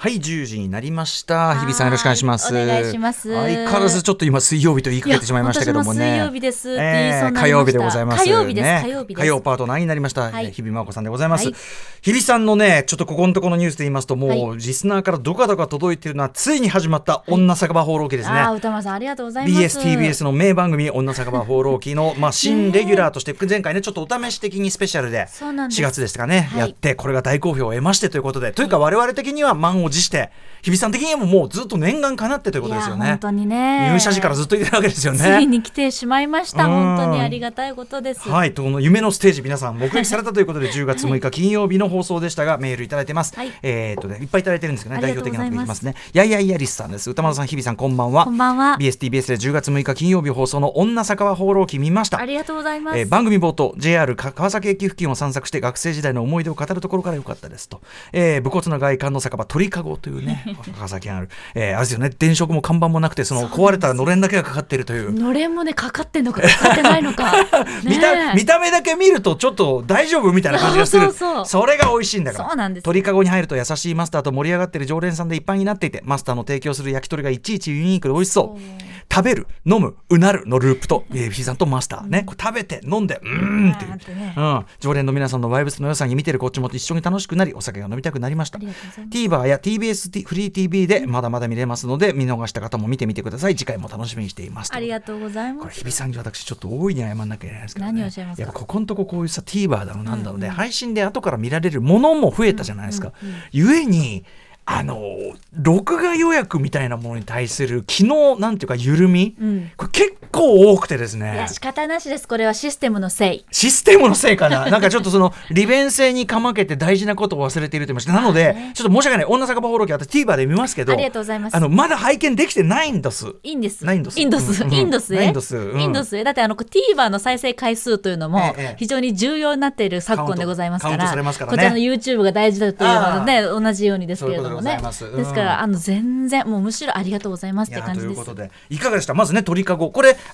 はい、10時になりました。日比さんよろしくお願いします。 お願いします。 相変わらずちょっと今水曜日と言いかけてしまいましたけどもね。 私も水曜日ですって言いそうにな火曜りました。 日でございます。 火曜日です。 ね、 火曜日です。 火曜パート9になりました。 はい、 日比真央子さんでございます。 はい、 日比さんのね、ちょっとここのところのニュースで言いますと、もう、 はい、 リスナーからどかどか届いているのはついに始まった女酒場放浪記ですね。 歌丸さんありがとうございます。 BSTBS の名番組女酒場放浪記の、新レギュラーとして前回ねちょっとお試し的にスペシャルで4月ですかね、やってこれが大好評を得ましてということで、というか我々的には満を持して日比さん的にもうずっと念願かなってということですよね。 本当にね、 入社時からずっと言ってるわけですよね。 ついに来てしまいました。本当にありがたいことです。 はい、とこの夢のステージ皆さん目撃されたということで10月6日金曜日の放送でしたが、メールいただいてます。いっぱいいただいてるんですけどね、代表的なのいきますね。やいやいやリスさんです。歌丸さん、日比さん、こんばんは。 こんばんは。 BSTBS で10月6日金曜日放送の女酒場放浪記見ました。 ありがとうございます。 番組冒頭 JR 川崎駅付近を散策して学生時代の思い出を語るところから良かったですと、武骨な外観の酒場鳥かごというね川崎にある、あれですよね、電飾も看板もなくてその壊れたのれんだけがかかっているという。 のれんもね、かかってんのかかかってないのか見た目だけ見るとちょっと大丈夫みたいな感じがする。それが美味しいんだから。 そうなんです。 鳥かごに入ると優しいマスターと盛り上がっている常連さんでいっぱいになっていて、マスターの提供する焼き鳥がいちいちユニークで美味しそう。食べる、飲む、うなるのループと、日比さんとマスターね、これ食べて飲んでっていう、常連の皆さんのバイブスの良さに見てるこっちも一緒に楽しくなり、お酒が飲みたくなりました。 TVer や TBS フリー TV でまだまだ見れますので、見逃した方も見てみてください。次回も楽しみにしています。 ありがとうございます。 これ日比さんに私ちょっと大いに謝んなきゃいけないですけど、ね、 何をおっしゃいますか。 やっぱここのとここういうさ TVer だのなんだので、配信で後から見られるものも増えたじゃないですか。ゆえに録画予約みたいなものに対する機能なんていうか緩み、これ結構多くてですね。 いや仕方なしです。これはシステムのせい。 システムのせいかななんかちょっとその利便性にかまけて大事なことを忘れていると言いました。なのでちょっと申し訳ない、女酒場放浪記私 TVer で見ますけど、 ありがとうございます。 まだ拝見できてないんです。 いいんです。 ないんです。 インドスへだってTVer の再生回数というのも非常に重要になっている昨今でございますから、こちらの YouTube が大事だというのとね同じようにですけれどもね。ですから全然もうむしろありがとうございますって感じです。 ということでいかがでした。まずね鳥かご、これ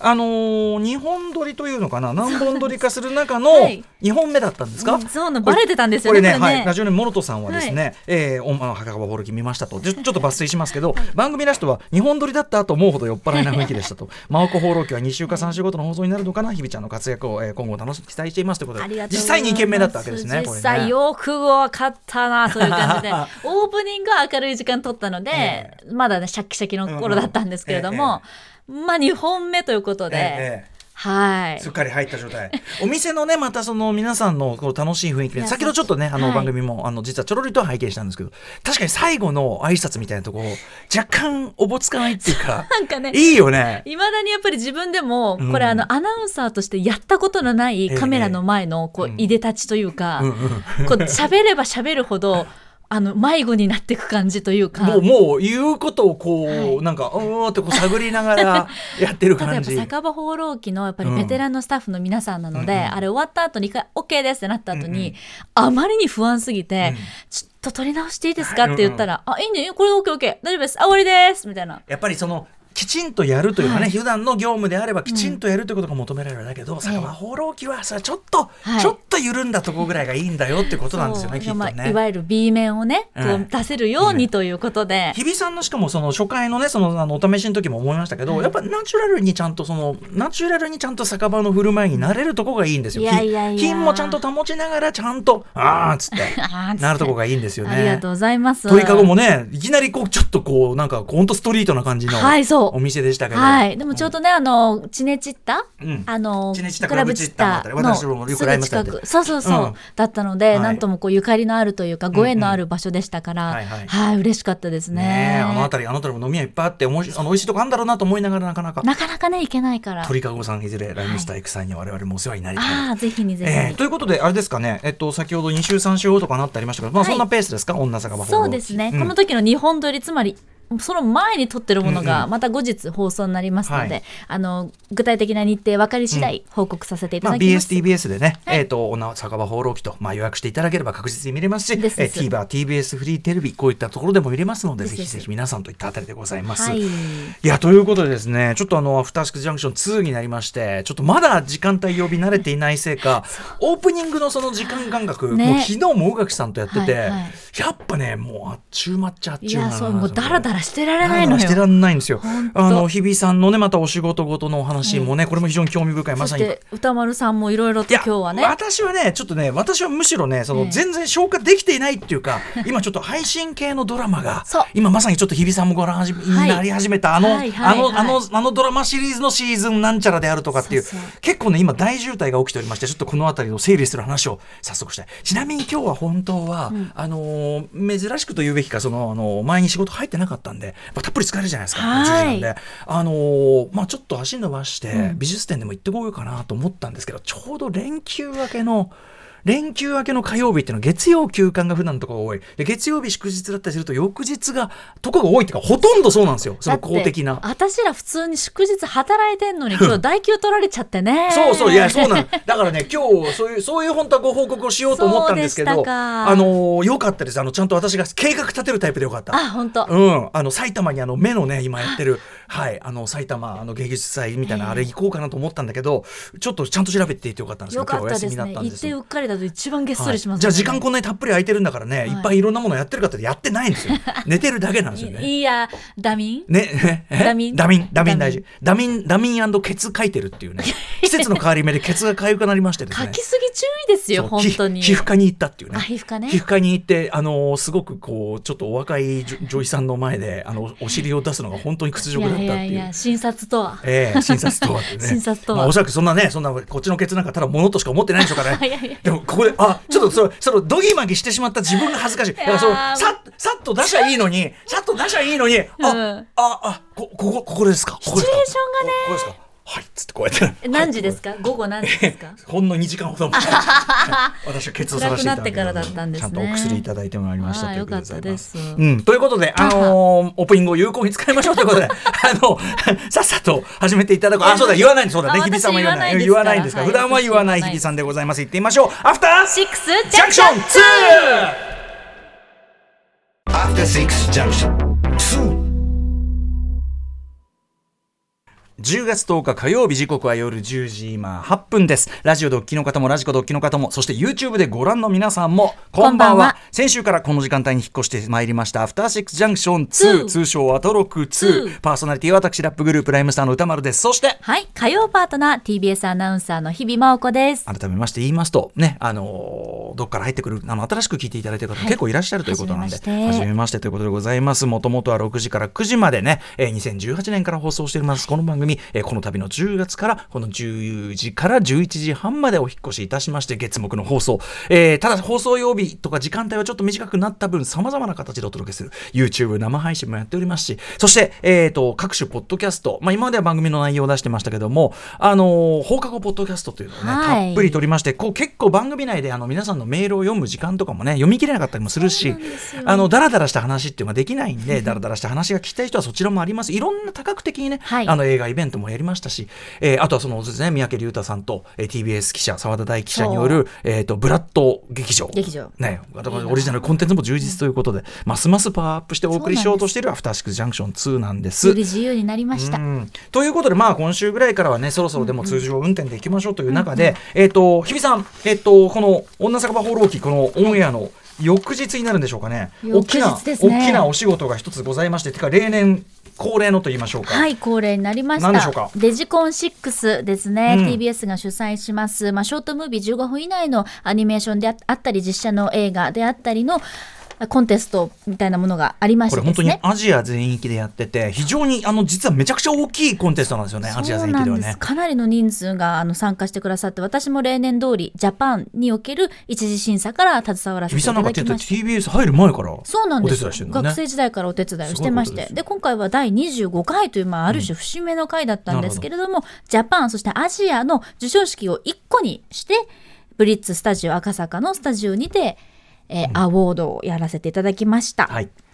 2本撮りというのかな、何本撮りかする中の2本目だったんですか。 そうバレてたんですよね。 これね、ラジオネームモロトさんはですね、女酒場放浪記見ましたと、ちょっと抜粋しますけど、番組ラストは2本撮りだった後思うほど酔っ払いな雰囲気でしたと真央子放浪記は2週か3週ごとの放送になるのかな、日比ちゃんの活躍を、今後楽しみ期待していますということで、実際に2件目だったわけですね。 実際よく分かったなそういう感じでオープニングは明るい時間撮ったので、まだねシャキシャキの頃だったんですけれども、2本目ということで、すっかり入った状態お店のねまたその皆さんのこう楽しい雰囲気で、先ほどちょっとね番組も実はちょろりと拝見したんですけど、確かに最後の挨拶みたいなとこ若干おぼつかないっていうかなんかね、 いいよね。 いまだにやっぱり自分でもこれアナウンサーとしてやったことのないカメラの前のこういでたちというか、こう喋れば喋るほど迷子になっていく感じというか、 もう言うことをこう、なんかってこう探りながらやってる感じ。 ただやっぱ酒場放浪記のやっぱりベテランのスタッフの皆さんなので、あれ終わった後にOK ですってなった後に、あまりに不安すぎて、ちょっと撮り直していいですかって言ったら、いいね、これ OK 大丈夫です、終わりですみたいな。 やっぱりそのきちんとやるというかね、普段の業務であればきちんとやるということが求められるんだけど、酒場放浪記はそれちょっと緩んだところぐらいがいいんだよってことなんですよね、きっとね。 いわゆる B 面をね、こう出せるようにということで、 日比さんのしかもその初回のねお試しの時も思いましたけど、やっぱナチュラルにちゃんと酒場の振る舞いになれるとこがいいんですよ。品もちゃんと保ちながらちゃんとっつってなるとこがいいんですよね。 ありがとうございます。 鳥かごもねいきなりこうちょっとこうなんかほんとストリートな感じのお店でしたけど、 でもちょうどねチネチッタクラブチッタのすぐ近く、そうだったので、なんともこうゆかりのあるというかご縁のある場所でしたから、嬉しかったですね。 あの辺りも飲み屋いっぱいあって美味しいとこあるんだろうなと思いながらなかなかね行けないから、 鳥かごさんいずれライムスター行く際に我々もお世話になりたい。 ぜひにぜひ。 ということであれですかね、先ほど2週3週後とかなってありましたけど、そんなペースですか、女酒場放浪記。 そうですね、この時の2本撮り、つまりその前に撮ってるものがまた後日放送になりますので、具体的な日程分かり次第報告させていただきます。 BSTBS でね、女酒場放浪記と予約していただければ確実に見れますし、TVer、TBS フリーテレビこういったところでも見れますので、ぜひぜひ皆さんといったあたりでございます。いやということでですね、ちょっとアフターシックスジャンクション2になりまして、ちょっとまだ時間帯呼び慣れていないせいかオープニングのその時間感覚、もう昨日も宇垣さんとやってて、 やっぱねもうあっちゅう間っちゃあっちゅう間いやそうもうダラダラしてられないのよ。 してらんないんですよ。 本日比さんのねまたお仕事ごとのお話もね、これも非常に興味深い。まさにそして歌丸さんもいろいろと今日はね、 私はねちょっとね私はむしろね全然消化できていないっていうか今ちょっと配信系のドラマが今まさにちょっと日比さんもご覧になり始めたあのドラマシリーズのシーズンなんちゃらであるとかっていう結構ね今大渋滞が起きておりまして、ちょっとこのあたりを整理する話を早速したい。ちなみに今日は本当は、珍しくと言うべきか前に仕事入ってなかったんでたっぷり使えるじゃないですか。10時なんでちょっと足伸ばして美術展でも行ってこようかなと思ったんですけど、ちょうど連休明けの火曜日っていうのは月曜休館が普段のところが多いで、月曜日祝日だったりすると翌日がとこが多いっていうかほとんどそうなんですよ。その公的な私ら普通に祝日働いてんのに今日代休取られちゃってねそういやそうなのだからね今日そういう本当はご報告をしようと思ったんですけど、よかったです。ちゃんと私が計画立てるタイプでよかった。 本当埼玉に目のね今やってる埼玉芸術祭みたいなあれ行こうかなと思ったんだけど、ちょっとちゃんと調べていてよかったんですけど、今日お休みだったんです。 行ってうっかりだと一番げっそりしますね。 じゃあ時間こんなにたっぷり空いてるんだからね、いっぱいいろんなものやってるかってやってないんですよ寝てるだけなんですよね。 いやダミン大事。ダミンケツ書いてるっていうね季節の変わり目でケツが痒くなりましてですね書きすぎ注意ですよ本当に。 皮膚科に行ったっていうね。 皮膚科に行ってすごくこうちょっとお若い女医さんの前でお尻を出すのが本当に屈辱だったっていう。 いや診察とは診察とはってね診察とは、 おそらくそんなこっちのケツなんかただ物としか思ってないでしょうからねでもここでちょっとそのドギマギしてしまった自分が恥ずかしい。だからさっと出しゃいいのにここですか。 シチュエーションがねここですか。はいっつってこうやって何時ですか午後何時ですかほんの2時間ほど前私はケツを探していただいて辛くなってからだったんですね。 ちゃんとお薬いただいてまいりましたということでございます。 よかったです。 ということでオープニングを有効に使いましょうということでさっさと始めていただく。そうだ言わないんです。そうだね日比さんも言わないんですか。普段は言わない日比さんでございます。言ってみましょう。アフターシックスジャンクション 2 After Six Junction 2 10月10日火曜日、時刻は夜10時今8分です。ラジオドッキの方もラジコドッキの方も、そして YouTube でご覧の皆さんもこんばんは。先週からこの時間帯に引っ越してまいりましたアフターシックスジャンクション2、通称アトロク2、パーソナリティは私ラップグループライムスターの歌丸です。そして火曜パートナー TBS アナウンサーの日々真央子です。 改めまして言いますとね、どっから入ってくる新しく聞いていただいている方結構いらっしゃるということなんで、初めましてということでございます。もともとは6時から9時までね、2018年から放送していますこの番組、この度の10月からこの10時から11時半までお引っ越しいたしまして、月木の放送、ただ放送曜日とか時間帯はちょっと短くなった分、様々な形でお届けする YouTube 生配信もやっておりますし、そして、各種ポッドキャスト、今までは番組の内容を出してましたけども、放課後ポッドキャストというのをね、たっぷり取りまして、結構番組内で皆さんのメールを読む時間とかもね、読み切れなかったりもするし、ダラダラした話っていうのができないんで、ダラダラした話が聞きたい人はそちらもあります。いろんな多角的にね、映画イベントもやりましたし、あとはですね、三宅龍太さんと、TBS 記者澤田大記者による、ブラッド劇場ね、オリジナルコンテンツも充実ということで、ますますパワーアップしてお送りしようとしているアフターシックスジャンクション2なんです。 より自由になりました。 ということで、今週ぐらいからはね、そろそろでも通常運転でいきましょうという中で、日比さん、この女酒場放浪記、このオンエアの翌日になるんでしょうかね。大きなお仕事が一つございまして、てか例年恒例のと言いましょうか。恒例になりました。何でしょうか。 デジコン6ですね、TBS が主催します、ショートムービー15分以内のアニメーションであったり実写の映画であったりのコンテストみたいなものがありましてですね、 これ本当にアジア全域でやってて、非常に実はめちゃくちゃ大きいコンテストなんですよね。アジア全域ではね、 かなりの人数が参加してくださって、私も例年通りジャパンにおける一次審査から携わらせていただきました。 TBS 入る前からそうなんです、 お手伝いしてるのね。 学生時代からお手伝いをしてまして、で今回は第25回という、ある種節目の回だったんですけれども、ジャパンそしてアジアの授賞式を1個にしてブリッツスタジオ赤坂のスタジオにてアワードをやらせていただきました。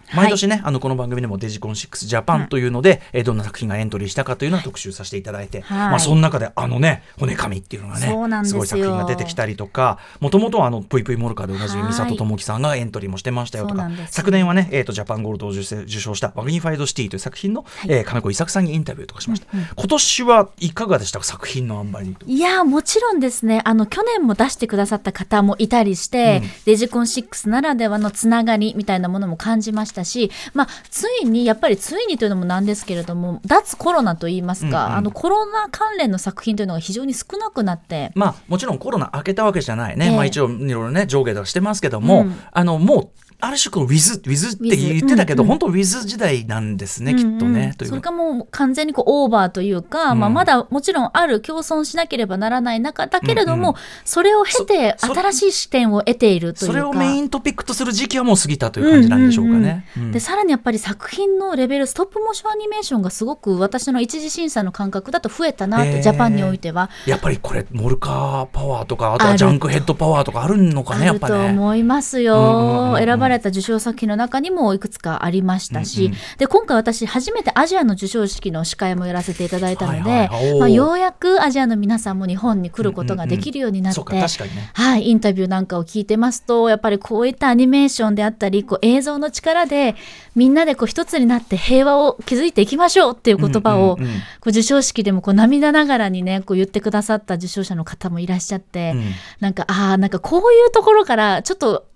毎年ね、この番組でもデジコン6ジャパンというので、どんな作品がエントリーしたかというのを特集させていただいて、その中でね骨神っていうのがねすごい作品が出てきたりとか、もともとぷいぷいモルカーでおなじみ美里智樹さんがエントリーもしてましたよとか、昨年はね、ジャパンゴールドを受賞したマグニファイドシティという作品の、金子伊作さんにインタビューとかしました。今年はいかがでしたか、作品の塩梅に。 いやもちろんですね、去年も出してくださった方もいたりして、デジコン6ならではのつながりみたいなものも感じましたし、ついにというのもなんですけれども、脱コロナといいますか、コロナ関連の作品というのが非常に少なくなって、 もちろんコロナ明けたわけじゃないね、一応いろいろね上下はしてますけども、もうある種こうウィズって言ってたけど、本当ウィズ時代なんですね、きっとね。というそれかもう完全にオーバーというか、まだもちろんある共存しなければならない中だけれども、それを経て新しい視点を得ているというか、 それをメイントピックとする時期はもう過ぎたという感じなんでしょうかね。 でさらにやっぱり作品のレベル、ストップモーションアニメーションがすごく私の一次審査の感覚だと増えたなと、ジャパンにおいては。 やっぱりこれモルカーパワーとか、あとはジャンクヘッドパワーとかあるのかね、やっぱね。 あると思いますよ。選ばれた受賞作品の中にもいくつかありましたし、で今回私初めてアジアの授賞式の司会もやらせていただいたので、ようやくアジアの皆さんも日本に来ることができるようになって、インタビューなんかを聞いてますと、やっぱりこういったアニメーションであったり映像の力でみんなで一つになって平和を築いていきましょうっていう言葉を、授賞式でも涙ながらにね言ってくださった受賞者の方もいらっしゃって、なんかこういうところからちょっと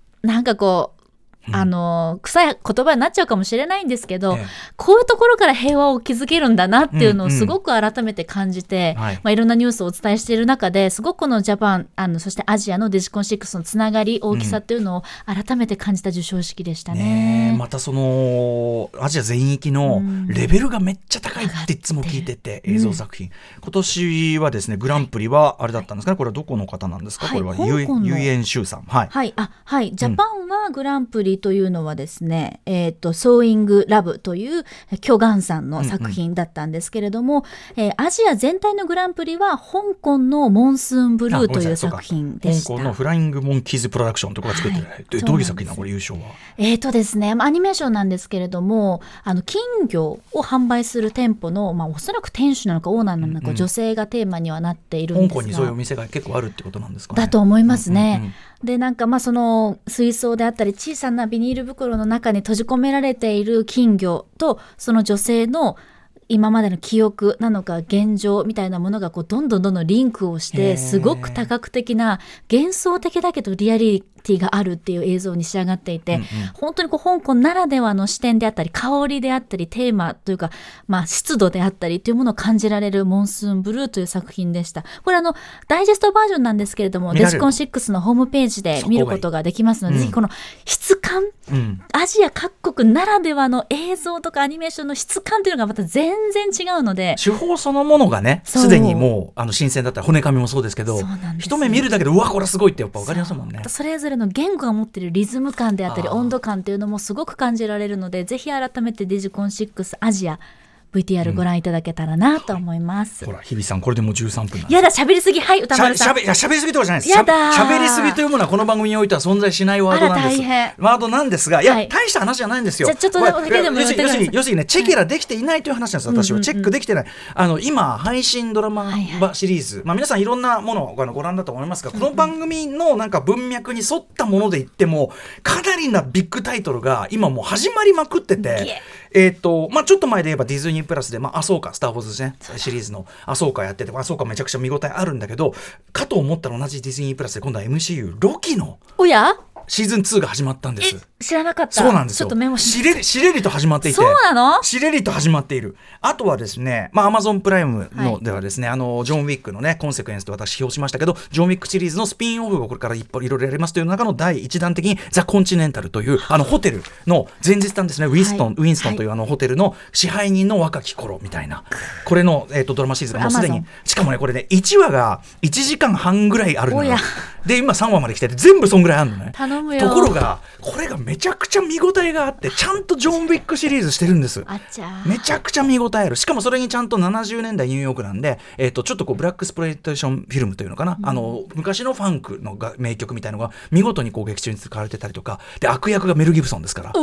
臭い言葉になっちゃうかもしれないんですけど、こういうところから平和を築けるんだなっていうのをすごく改めて感じて、いろんなニュースをお伝えしている中ですごくこのジャパンそしてアジアのデジコン6のつながり大きさっていうのを改めて感じた授賞式でしたね。 またそのアジア全域のレベルがめっちゃ高いっていつも聞いてて、映像作品、今年はですねグランプリはあれだったんですかね。これはどこの方なんですか。これはユイエンシュウさん。ジャパンはグランプリというのはですね、ソーイングラブというキョガンさんの作品だったんですけれども、アジア全体のグランプリは香港のモンスーンブルーという作品でした。 香港のフライングモンキーズプロダクションとかが作ってる、どういう作品なのこれ優勝は。 ですね、アニメーションなんですけれども、金魚を販売する店舗の、おそらく店主なのかオーナーなのか、女性がテーマにはなっているんですが、 香港にそういうお店が結構あるってことなんですかね。 だと思いますね。でその水槽であったり小さなビニール袋の中に閉じ込められている金魚とその女性の今までの記憶なのか現状みたいなものがどんどんリンクをして、すごく多角的な幻想的だけどリアリティがあるっていう映像に仕上がっていて、本当に香港ならではの視点であったり香りであったりテーマというか、湿度であったりというものを感じられるモンスーンブルーという作品でした。これダイジェストバージョンなんですけれども、デジコン6のホームページで見ることができますので、ぜひこの質感、アジア各国ならではの映像とかアニメーションの質感というのがまた全然違うので、 手法そのものがねすでにもう新鮮だったら骨紙もそうですけど、一目見るだけでうわこれすごいってやっぱ分かりますもんね。 それぞれの言語が持っているリズム感であったり温度感っていうのもすごく感じられるので、ぜひ改めてデジコン6アジアVTR ご覧いただけたらなと思います。 ほら日比さんこれでもう13分なんで。 やだ喋りすぎ。歌丸さん喋りすぎとかじゃないです。 やだ喋りすぎというものはこの番組においては存在しないワードなんです。ワードなんですが、大した話じゃないんですよ。 じゃちょっとだけでも要するにねチェケラできていないという話なんです。私はチェックできてない。今配信ドラマシリーズ、皆さんいろんなものをご覧だと思いますが、この番組の文脈に沿ったもので言ってもかなりなビッグタイトルが今もう始まりまくってて、ちょっと前で言えばディズニープラスでアソーカスター・ウォーズですねシリーズのアソーカやってて、アソーカめちゃくちゃ見応えあるんだけど、かと思ったら同じディズニープラスで今度は MCU ロキのシーズン2が始まったんです。 知らなかった。 そうなんですよ。 ちょっとメモしれりと始まっていて。 そうなの？ しれりと始まっている。あとはですね、Amazon プライムのではですね、ジョン・ウィックのねコンセクエンスと私批評しましたけど、ジョン・ウィックシリーズのスピンオフがこれからいろいろやりますという中の第一弾的にザ・コンチネンタルというホテルの前日談ですね、ウィンストンというホテルの支配人の若き頃みたいな、これの、ドラマシリーズがもうすでに、しかもねこれね1話が1時間半ぐらいあるのよ。で今3話まで来てて全部そんぐらいあるのね。 頼むよ。 ところがこれがめちゃくちゃ見応えがあって、ちゃんとジョン・ウィックシリーズしてるんです。めちゃくちゃ見応えある。しかもそれにちゃんと70年代ニューヨークなんで、ちょっとブラックスプロイテーションフィルムというのかな、昔のファンクの名曲みたいなのが見事に劇中に使われてたりとかで、悪役がメル・ギブソンですから、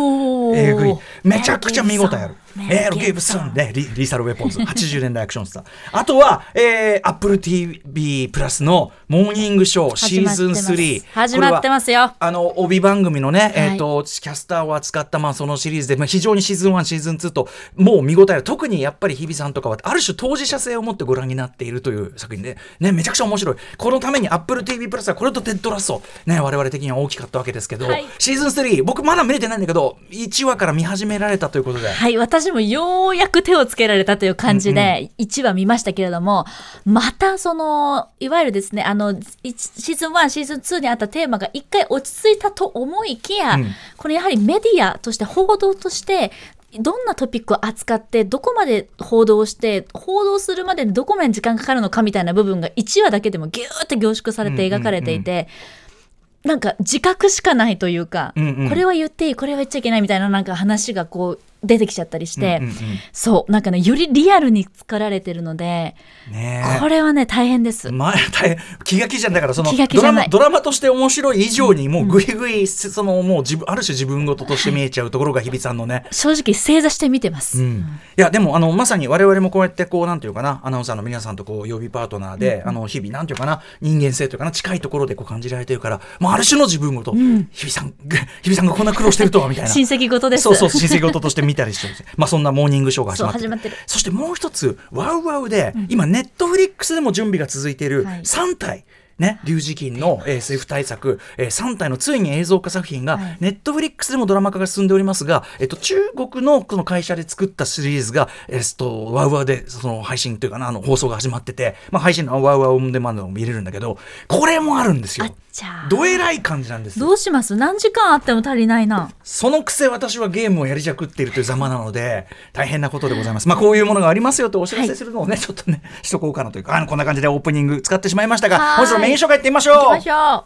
えぐい、めちゃくちゃ見応えある。 メルギブソンね、リーサルウェポンズ80年代アクションスター。あとは、Apple TV プラスのモーニングショーシーズン3。 始まってますよ。 帯番組のね、キャスターを扱った、そのシリーズで、非常にシーズン1、シーズン2と、もう見応えある。特にやっぱり日比さんとかは、ある種当事者性を持ってご覧になっているという作品で、ね、めちゃくちゃ面白い。このために Apple TV プラスはこれとテッドラッソ、ね、我々的には大きかったわけですけど、シーズン3、僕まだ見れてないんだけど、1話から見始められたということで。 はい、私もようやく手をつけられたという感じで、1話見ましたけれども、またいわゆるですね、シーズン1、シーズン2にあったテーマが一回落ち着いたと思いきや、これやはりメディアとして、報道として、どんなトピックを扱ってどこまで報道して報道するまでにどこまで時間かかるのかみたいな部分が1話だけでもギューッと凝縮されて描かれていて、なんか自覚しかないというか、これは言っていいこれは言っちゃいけないみたいな、なんか話がこう出てきちゃったりして、そうなんかね、よりリアルに作られてるので、これはね大変です。 大変気が気じゃん。だからドラマとして面白い以上にもうグイグイもうある種自分事として見えちゃうところが日比さんのね、 正直正座して見てます。 いやでもまさに我々もこうやってこうなんていうかな、アナウンサーの皆さんとこう曜日パートナーで、日々なんていうかな、人間性というかな、近いところでこう感じられてるから、ある種の自分事、日比さんがこんな苦労してるとはみたいな親戚事です。 そう親戚事として見たりしてそんなモーニングショーが始まってる。そしてもう一つワウワウで、今ネットフリックスでも準備が続いている3体、ね、龍磁金の SF 大作、3体のついに映像化作品が、ネットフリックスでもドラマ化が進んでおりますが、中国のこの会社で作ったシリーズが、ワウワウでその配信というかな、放送が始まってて、配信のワウワウオンデマンドも見れるんだけど、これもあるんですよ。どえらい感じなんですよ。 どうします？何時間あっても足りないな。 そのくせ私はゲームをやりじゃくっているというざまなので大変なことでございます。こういうものがありますよとお知らせするのをね、ちょっとねしとこうかなというか、こんな感じでオープニング使ってしまいましたが、本日のメイン紹介いってみましょう。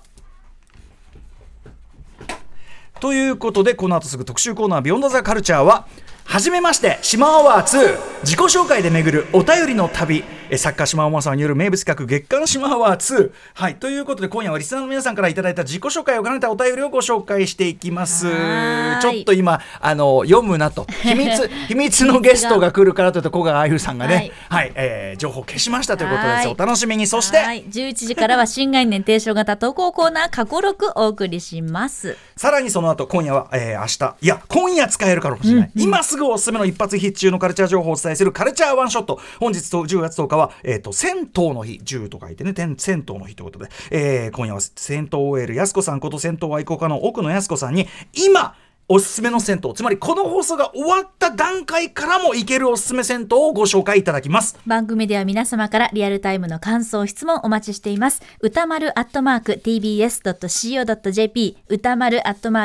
ということで、この後すぐ特集コーナービヨンドザカルチャーは、はじめまして島アワー2、自己紹介で巡るお便りの旅、作家島尾真さんによる名物企画月刊島アワー2。はい、ということで今夜はリスナーの皆さんからいただいた自己紹介を兼ねたお便りをご紹介していきます。ちょっと今読むなと秘密のゲストが来るからというと、小川あゆさんがね、情報を消しましたということです。お楽しみに。そして、 11時からは新概念提唱型投稿コーナー過去録お送りします。 さらにその後今夜は、今夜使えるかもしれない、今すぐおすすめの一発必中のカルチャー情報をお伝えするカルチャーワンショット。本日10月10日は、銭湯の日、10と書いてね、銭湯の日ということで、今夜は銭湯 OL やすこさんこと銭湯愛好家の奥野やすこさんに、今おすすめの銭湯、つまりこの放送が終わった段階からも行けるおすすめ銭湯をご紹介いただきます。 番組では皆様からリアルタイムの感想質問お待ちしています。歌丸@tbs.co.jp 歌丸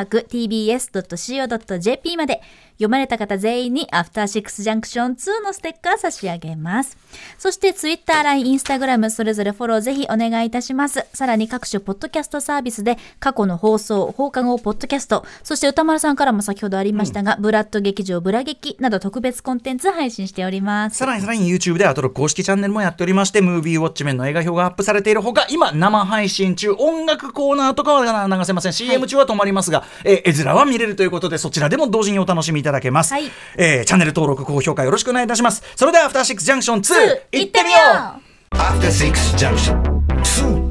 @tbs.co.jp まで。読まれた方全員にアフターシックスジャンクション2のステッカー差し上げます。そしてツイッター、LINE、インスタグラムそれぞれフォローぜひお願いいたします。さらに各種ポッドキャストサービスで過去の放送、放課後ポッドキャスト、そして歌丸さんからも先ほどありましたが、ブラッド劇場ブラ劇など特別コンテンツ配信しております。 さらに YouTube でアトロ公式チャンネルもやっておりまして、ムービーウォッチメンの映画表がアップされているほか、今生配信中、音楽コーナーとかは流せません。CM 中は止まりますが、絵面は見れるということで、そちらでも同時にお楽しみいただけます。チャンネル登録高評価よろしくお願いいたします。それではアフターシックスジャンクション2、行ってみよう。 After 6 junction 2